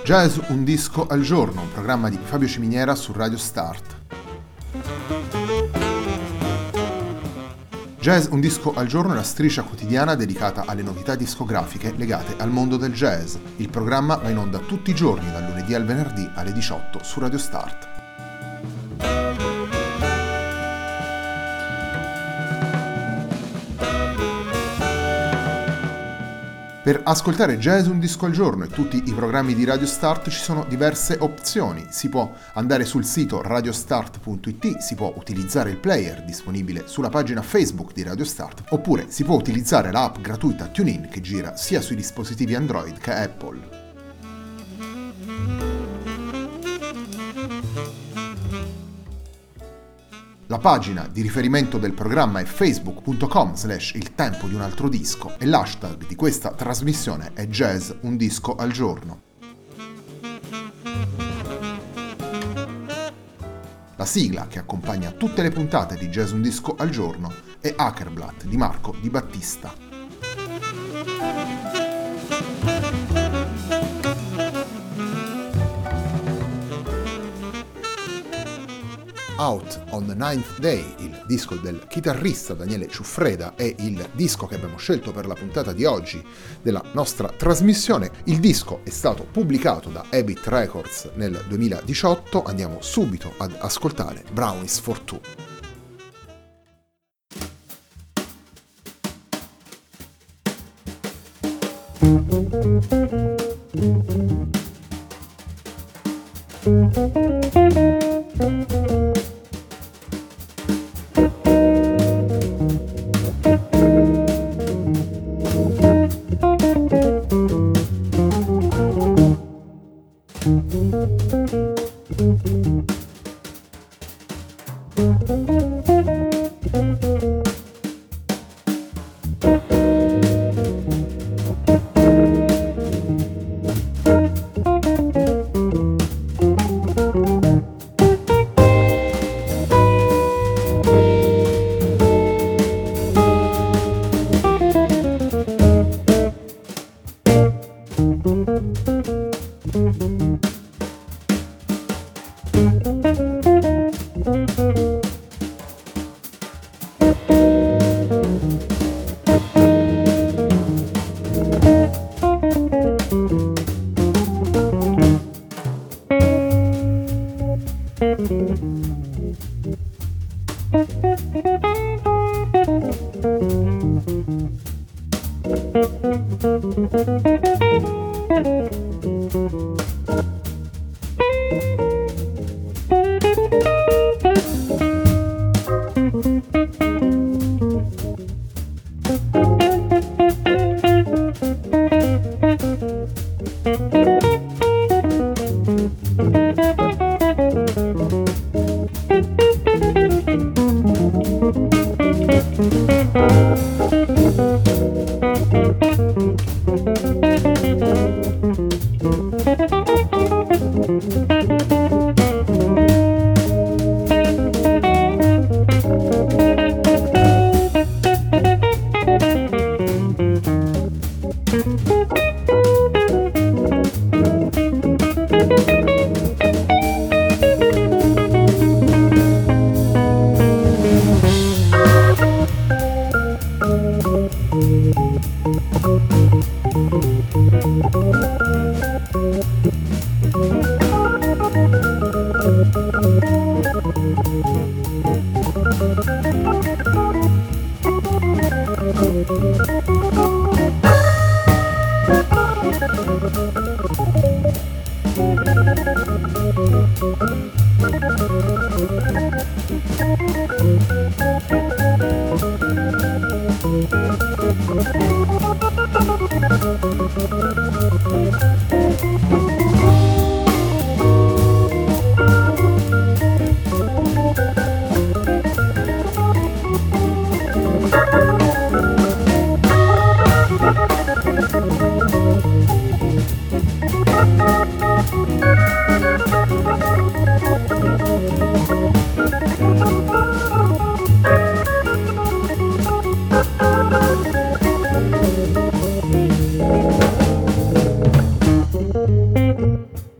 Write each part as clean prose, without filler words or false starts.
Jazz un disco al giorno, un programma di Fabio Ciminiera su Radio Start. Jazz un disco al giorno è una striscia quotidiana dedicata alle novità discografiche legate al mondo del jazz. Il programma va in onda tutti i giorni, dal lunedì al venerdì alle 18 su Radio Start. Per ascoltare Jazz un disco al giorno e tutti i programmi di Radio Start ci sono diverse opzioni. Si può andare sul sito radiostart.it, si può utilizzare il player disponibile sulla pagina Facebook di Radio Start, oppure si può utilizzare l'app gratuita TuneIn che gira sia sui dispositivi Android che Apple. La pagina di riferimento del programma è facebook.com/il tempo di un altro disco e l'hashtag di questa trasmissione è Jazz un disco al giorno. La sigla che accompagna tutte le puntate di Jazz un disco al giorno è Akerblatt di Marco Di Battista. Out on the Ninth Day, il disco del chitarrista Daniele Ciuffreda, è il disco che abbiamo scelto per la puntata di oggi della nostra trasmissione. Il disco è stato pubblicato da Habit Records nel 2018. Andiamo subito ad ascoltare Brownies for Two.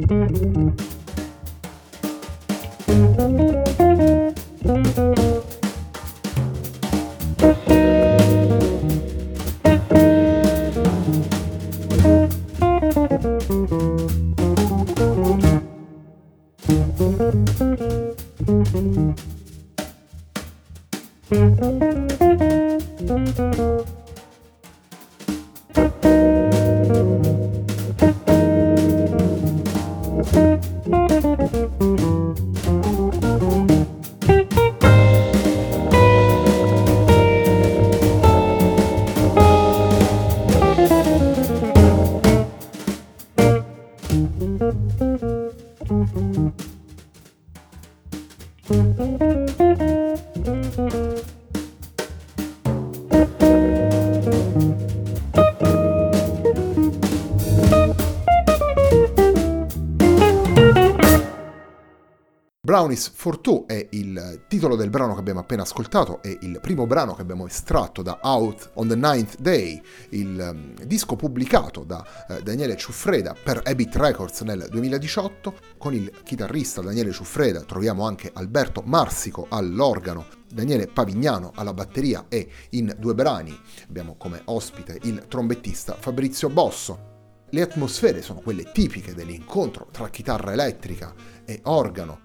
Brownies for Two è il titolo del brano che abbiamo appena ascoltato, è il primo brano che abbiamo estratto da Out on the Ninth Day, il disco pubblicato da Daniele Ciuffreda per Habit Records nel 2018. Con il chitarrista Daniele Ciuffreda troviamo anche Alberto Marsico all'organo, Daniele Pavignano alla batteria e in due brani abbiamo come ospite il trombettista Fabrizio Bosso. Le atmosfere sono quelle tipiche dell'incontro tra chitarra elettrica e organo.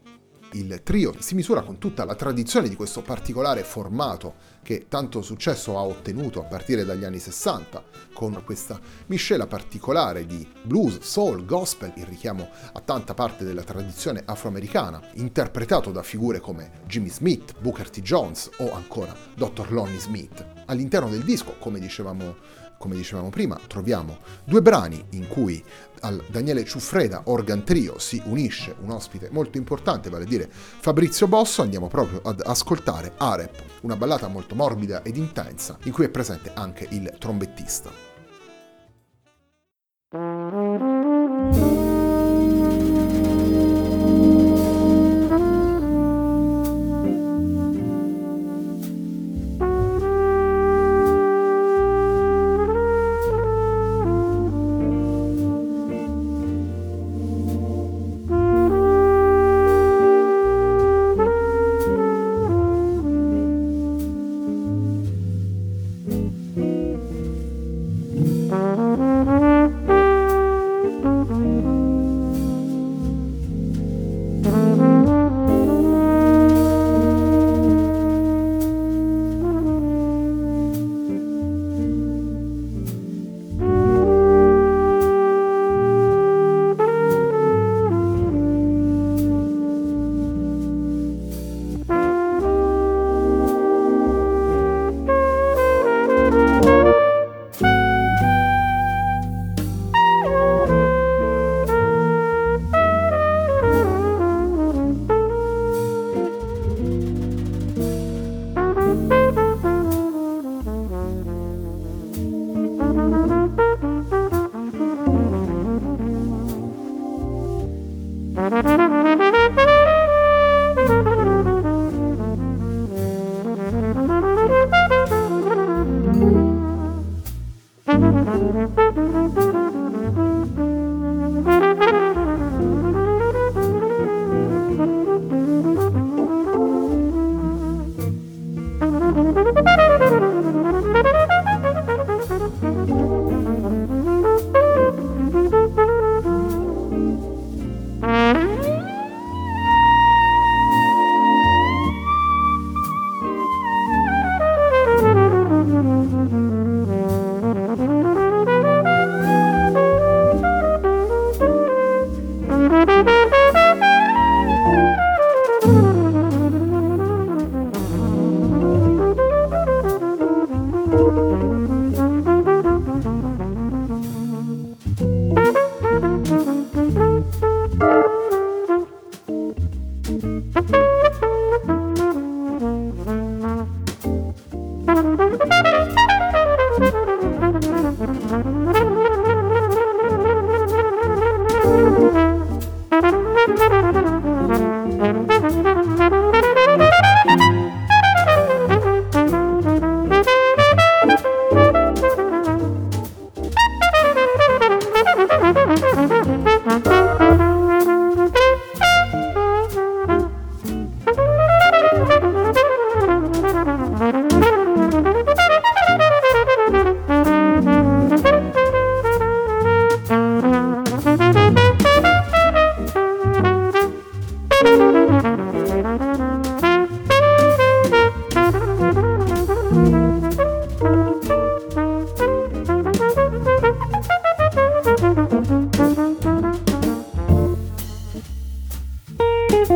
Il trio si misura con tutta la tradizione di questo particolare formato che tanto successo ha ottenuto a partire dagli anni 60, con questa miscela particolare di blues, soul, gospel, il richiamo a tanta parte della tradizione afroamericana, interpretato da figure come Jimmy Smith, Booker T. Jones o ancora Dr. Lonnie Smith. All'interno del disco, come dicevamo prima, troviamo due brani in cui al Daniele Ciuffreda Organ Trio si unisce un ospite molto importante, vale a dire Fabrizio Bosso. Andiamo proprio ad ascoltare Arep, una ballata molto morbida ed intensa in cui è presente anche il trombettista.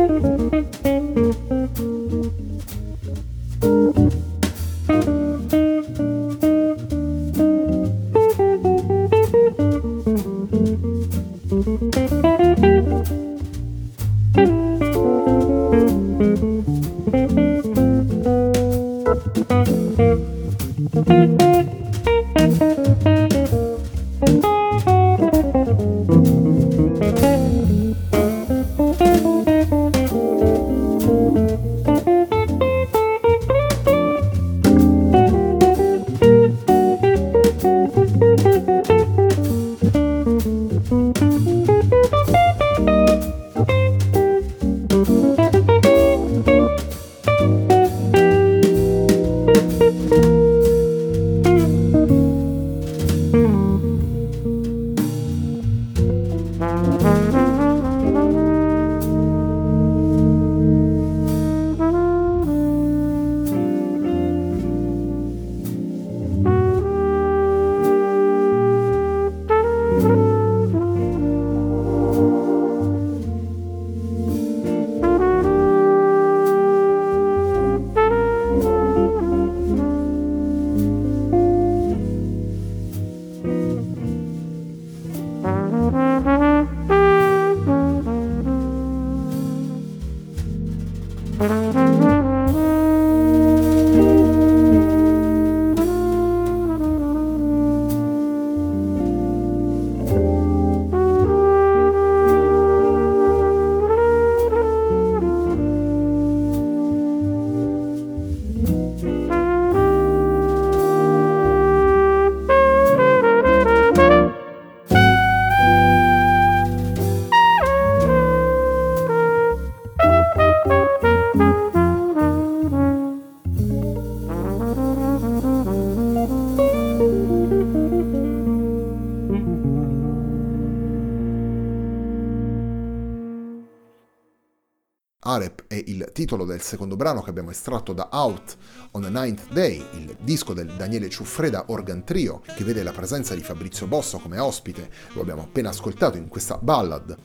Arep è il titolo del secondo brano che abbiamo estratto da Out on the Ninth Day, il disco del Daniele Ciuffreda Organ Trio, che vede la presenza di Fabrizio Bosso come ospite, lo abbiamo appena ascoltato in questa ballad.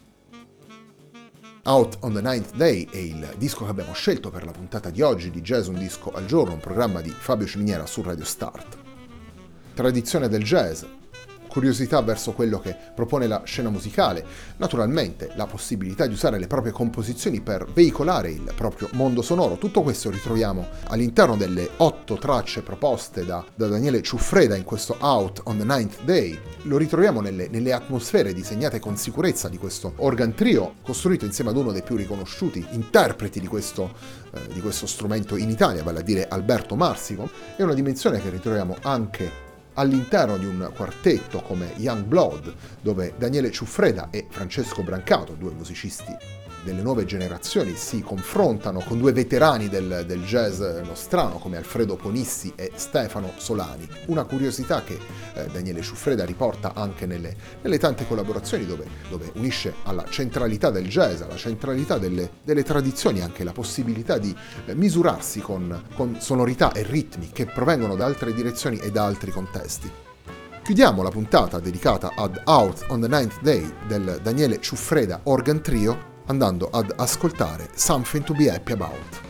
Out on the Ninth Day è il disco che abbiamo scelto per la puntata di oggi di Jazz Un Disco al Giorno, un programma di Fabio Ciminiera su Radio Start. Tradizione del jazz, curiosità verso quello che propone la scena musicale, naturalmente la possibilità di usare le proprie composizioni per veicolare il proprio mondo sonoro. Tutto questo ritroviamo all'interno delle 8 tracce proposte da Daniele Ciuffreda in questo Out on the Ninth Day. Lo ritroviamo nelle atmosfere disegnate con sicurezza di questo organ trio, costruito insieme ad uno dei più riconosciuti interpreti di questo strumento in Italia, vale a dire Alberto Marsico. È una dimensione che ritroviamo anche all'interno di un quartetto come Young Blood, dove Daniele Ciuffreda e Francesco Brancato, due musicisti delle nuove generazioni, si confrontano con due veterani del jazz nostrano come Alfredo Ponissi e Stefano Solani. Una curiosità che Daniele Ciuffreda riporta anche nelle tante collaborazioni dove unisce alla centralità del jazz, alla centralità delle tradizioni, anche la possibilità di misurarsi con sonorità e ritmi che provengono da altre direzioni e da altri contesti. Chiudiamo la puntata dedicata ad Out on the Ninth Day del Daniele Ciuffreda Organ Trio andando ad ascoltare Something to be Happy About.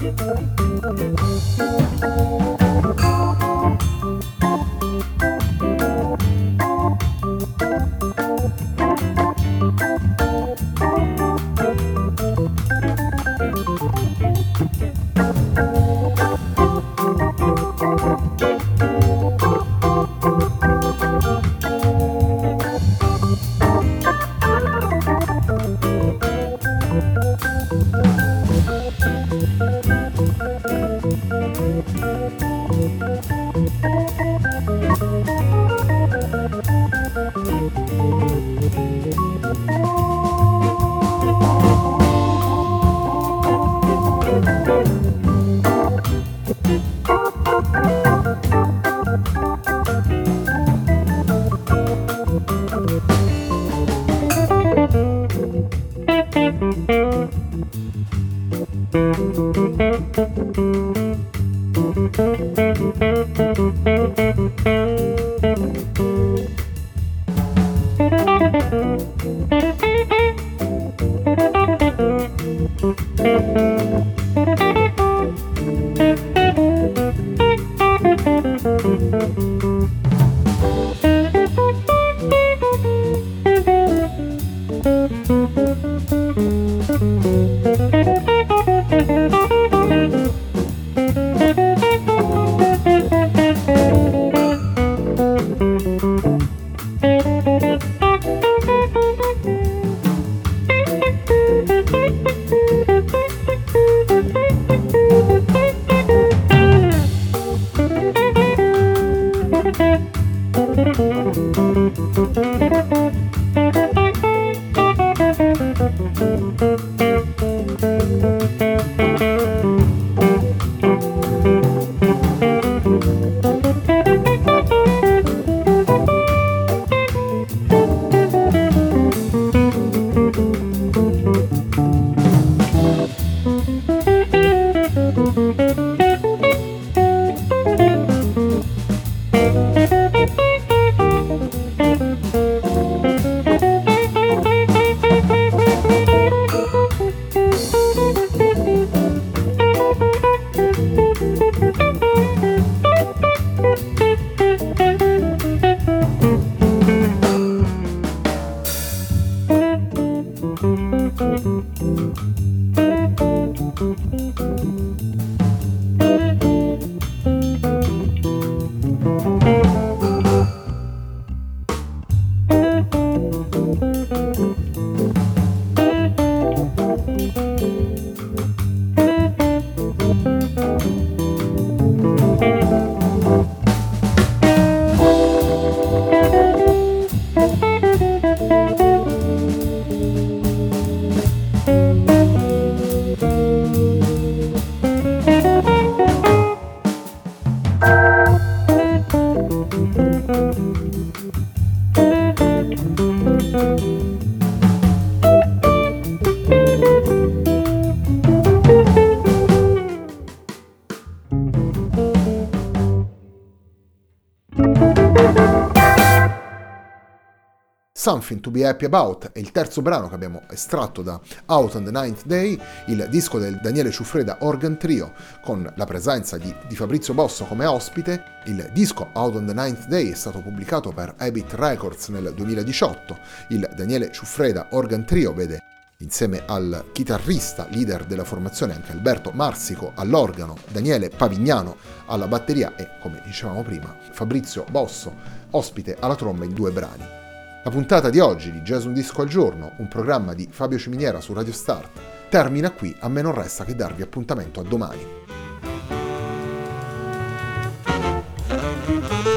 Something to be Happy About è il terzo brano che abbiamo estratto da Out on the Ninth Day, il disco del Daniele Ciuffreda Organ Trio, con la presenza di Fabrizio Bosso come ospite. Il disco Out on the Ninth Day è stato pubblicato per Habit Records nel 2018. Il Daniele Ciuffreda Organ Trio vede insieme al chitarrista, leader della formazione, anche Alberto Marsico all'organo, Daniele Pavignano alla batteria e, come dicevamo prima, Fabrizio Bosso ospite alla tromba in 2 brani. La puntata di oggi di Jazz Un Disco al Giorno, un programma di Fabio Ciminiera su Radio Start, termina qui. A me non resta che darvi appuntamento a domani.